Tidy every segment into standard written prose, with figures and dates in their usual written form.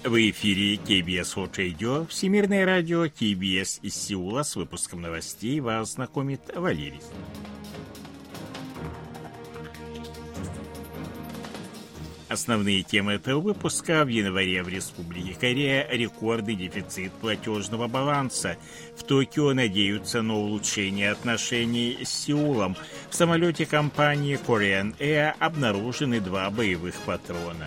В эфире KBS World Radio, Всемирное радио KBS из Сеула. С выпуском новостей вас знакомит Валерий. Основные темы этого выпуска: в январе в Республике Корея рекордный дефицит платежного баланса. В Токио надеются на улучшение отношений с Сеулом. В самолете компании Korean Air обнаружены 2 боевых патрона.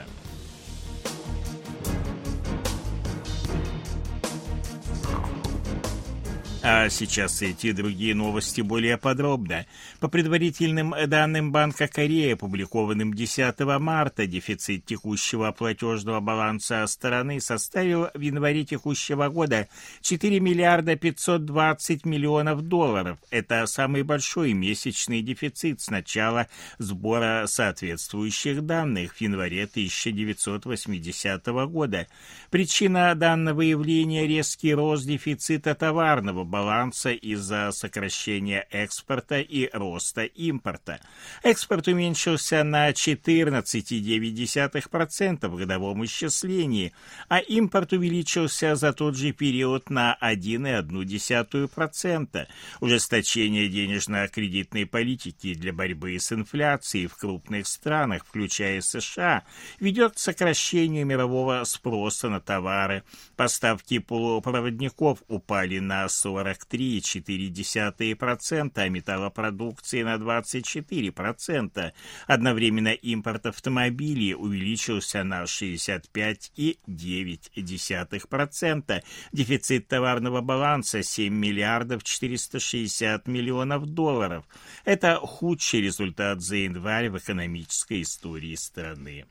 А сейчас эти и другие новости более подробно. По предварительным данным Банка Кореи, опубликованным 10 марта, дефицит текущего платежного баланса страны составил в январе текущего года 4 миллиарда 520 миллионов долларов. Это самый большой месячный дефицит с начала сбора соответствующих данных в январе 1980 года. Причина данного явления – резкий рост дефицита товарного баланса из-за сокращения экспорта и роста импорта. Экспорт уменьшился на 14,9% в годовом исчислении, а импорт увеличился за тот же период на 1,1%. Ужесточение денежно-кредитной политики для борьбы с инфляцией в крупных странах, включая США, ведет к сокращению мирового спроса на товары. Поставки полупроводников упали на 43,4%, а металлопродукции на 24%. Одновременно импорт автомобилей увеличился на 65,9%. Дефицит товарного баланса 7 миллиардов 460 миллионов долларов. Это худший результат за январь в экономической истории страны.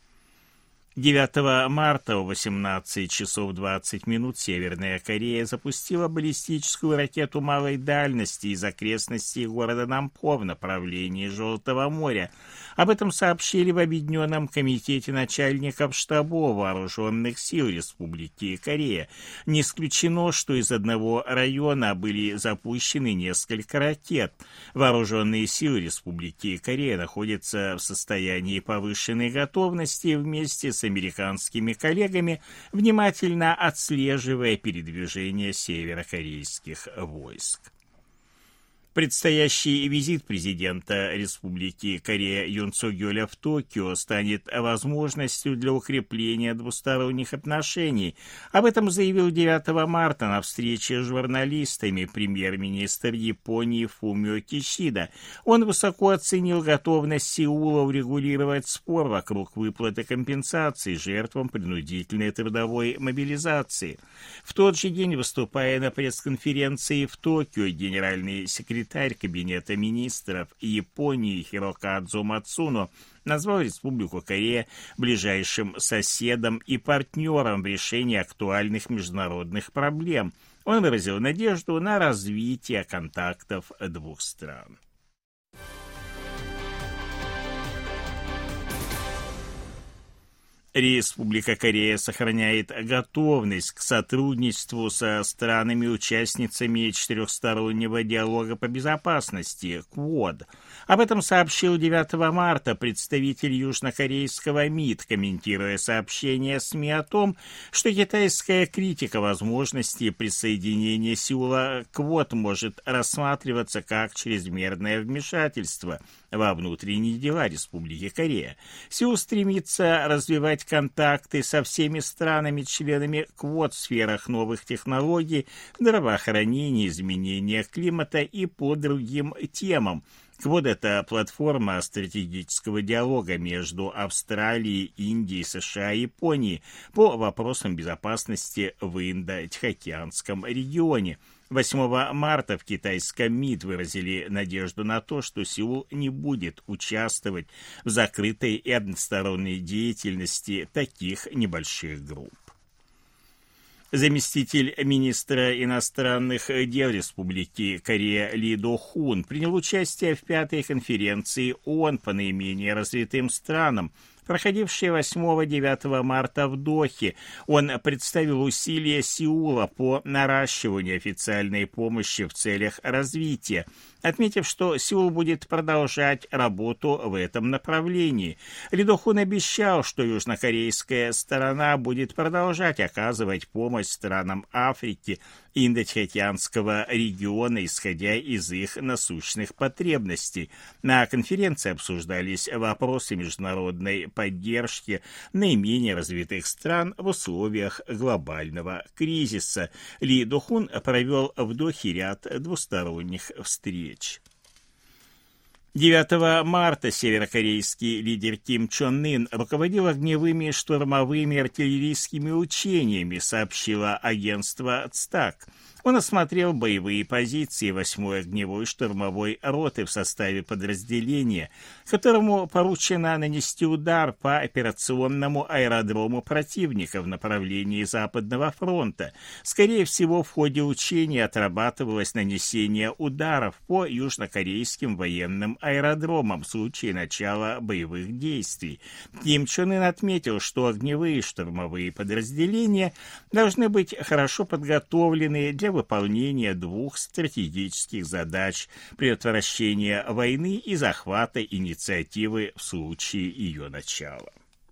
9 марта в 18 часов 20 минут Северная Корея запустила баллистическую ракету малой дальности из окрестностей города Нампо в направлении Желтого моря. Об этом сообщили в Объединенном комитете начальников штабов Вооруженных сил Республики Корея. Не исключено, что из одного района были запущены несколько ракет. Вооруженные силы Республики Корея находятся в состоянии повышенной готовности вместе с американскими коллегами, внимательно отслеживая передвижение северокорейских войск. Предстоящий визит президента Республики Корея Юн Сок-Йоля в Токио станет возможностью для укрепления двусторонних отношений. Об этом заявил 9 марта на встрече с журналистами премьер-министр Японии Фумио Кисида. Он высоко оценил готовность Сеула урегулировать спор вокруг выплаты компенсаций жертвам принудительной трудовой мобилизации. В тот же день, выступая на пресс-конференции в Токио, генеральный секретарь Кабинета министров Японии Хирокадзу Мацуно назвал Республику Корея ближайшим соседом и партнером в решении актуальных международных проблем. Он выразил надежду на развитие контактов двух стран. Республика Корея сохраняет готовность к сотрудничеству со странами-участницами четырехстороннего диалога по безопасности КВОД. Об этом сообщил 9 марта представитель южнокорейского МИД, комментируя сообщение СМИ о том, что китайская критика возможности присоединения Сеула к КВОД может рассматриваться как чрезмерное вмешательство во внутренние дела Республики Корея. Сеул стремится развивать контакты со всеми странами-членами КВОД в сферах новых технологий, здравоохранения, изменения климата и по другим темам. КВОД – это платформа стратегического диалога между Австралией, Индией, США и Японией по вопросам безопасности в Индо-Тихоокеанском регионе. 8 марта в китайском МИД выразили надежду на то, что Сеул не будет участвовать в закрытой и односторонней деятельности таких небольших групп. Заместитель министра иностранных дел Республики Корея Ли До Хун принял участие в 5-й конференции ООН по наименее развитым странам проходившей 8-9 марта в Дохе. Он представил усилия Сеула по наращиванию официальной помощи в целях развития, отметив, что Сеул будет продолжать работу в этом направлении. Ри До-хун обещал, что южнокорейская сторона будет продолжать оказывать помощь странам Африки и Индотихоокеанского региона, исходя из их насущных потребностей. На конференции обсуждались вопросы международной поддержки наименее развитых стран в условиях глобального кризиса. Ри До-хун провел в Дохе ряд двусторонних встреч. 9 марта северокорейский лидер Ким Чен Ын руководил огневыми штурмовыми артиллерийскими учениями, сообщило агентство ЦТАК. Он осмотрел боевые позиции 8-й огневой штурмовой роты в составе подразделения, которому поручено нанести удар по операционному аэродрому противника в направлении Западного фронта. Скорее всего, в ходе учений отрабатывалось нанесение ударов по южнокорейским военным аэродромам в случае начала боевых действий. Ким Чен Ын отметил, что огневые штурмовые подразделения должны быть хорошо подготовлены для выполнения двух стратегических задач: предотвращения войны и захвата инициативы в случае ее начала.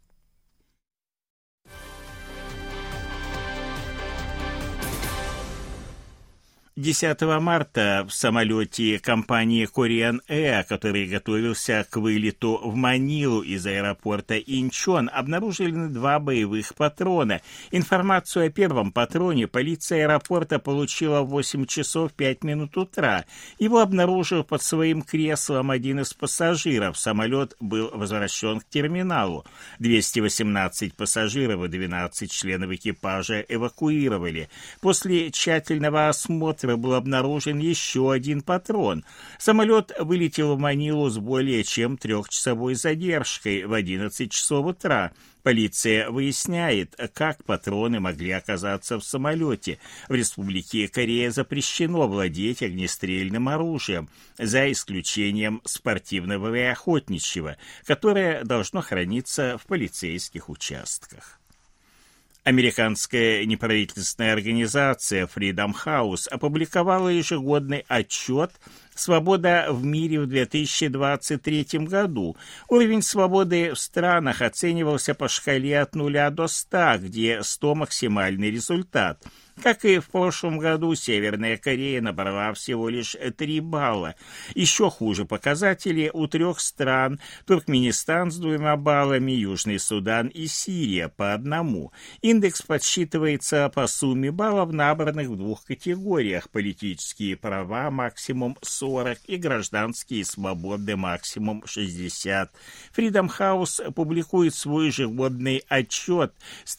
«10 марта в самолете компании Korean Air, который готовился к вылету в Манилу из аэропорта Инчон, обнаружили 2 боевых патрона. Информацию о первом патроне полиция аэропорта получила в 8 часов 5 минут утра. Его обнаружил под своим креслом один из пассажиров. Самолет был возвращен к терминалу. 218 пассажиров и 12 членов экипажа эвакуировали. После тщательного осмотра был обнаружен еще один патрон. Самолет вылетел в Манилу с более чем 3-часовой задержкой в 11 часов утра. Полиция выясняет, как патроны могли оказаться в самолете. В Республике Корея запрещено владеть огнестрельным оружием, за исключением спортивного и охотничьего, которое должно храниться в полицейских участках. Американская неправительственная организация Freedom House опубликовала ежегодный отчет «Свобода в мире в 2023 году». Уровень свободы в странах оценивался по шкале от 0 до 100, где 100 – максимальный результат. Как и в прошлом году, Северная Корея набрала всего лишь 3 балла. Еще хуже показатели у 3 стран: Туркменистан с 2 баллами, Южный Судан и Сирия по 1. Индекс подсчитывается по сумме баллов, набранных в 2 категориях: политические права максимум 40 и гражданские свободы максимум 60. Freedom House публикует свой ежегодный отчет с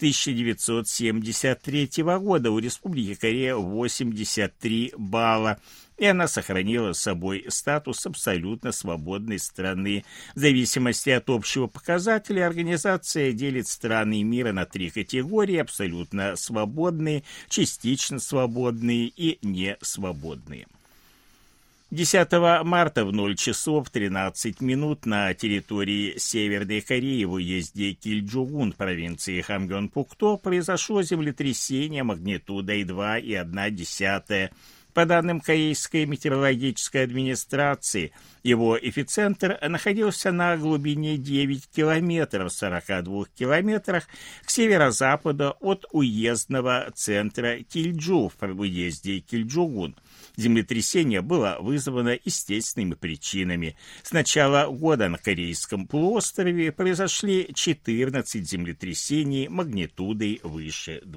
1973 года. У Республики Корея 83 балла, и она сохранила с собой статус абсолютно свободной страны. В зависимости от общего показателя организация делит страны мира на 3 категории: абсолютно свободные, частично свободные и несвободные. 10 марта в 0 часов 13 минут на территории Северной Кореи в уезде Кильджугун провинции Хамгёнпукто произошло землетрясение магнитудой 2,1. По данным Корейской метеорологической администрации, его эпицентр находился на глубине 9 километров, в 42 километрах к северо-западу от уездного центра Кильджу в уезде Кильджугун. Землетрясение было вызвано естественными причинами. С начала года на Корейском полуострове произошли 14 землетрясений магнитудой выше 2.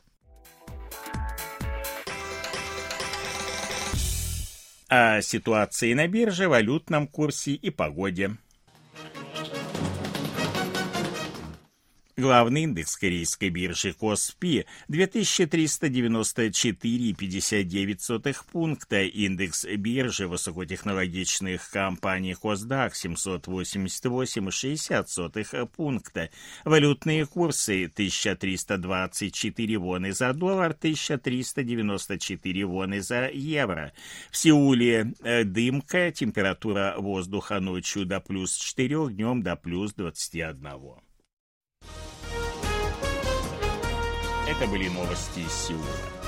О ситуации на бирже, валютном курсе и погоде. Главный индекс корейской биржи Коспи 2394,59 пункта, индекс биржи высокотехнологичных компаний Косдак 788,60 пункта. Валютные курсы: 1324 воны за доллар, 1394 воны за евро. В Сеуле дымка, температура воздуха ночью до +4, днем до +21. Это были новости из Сеула.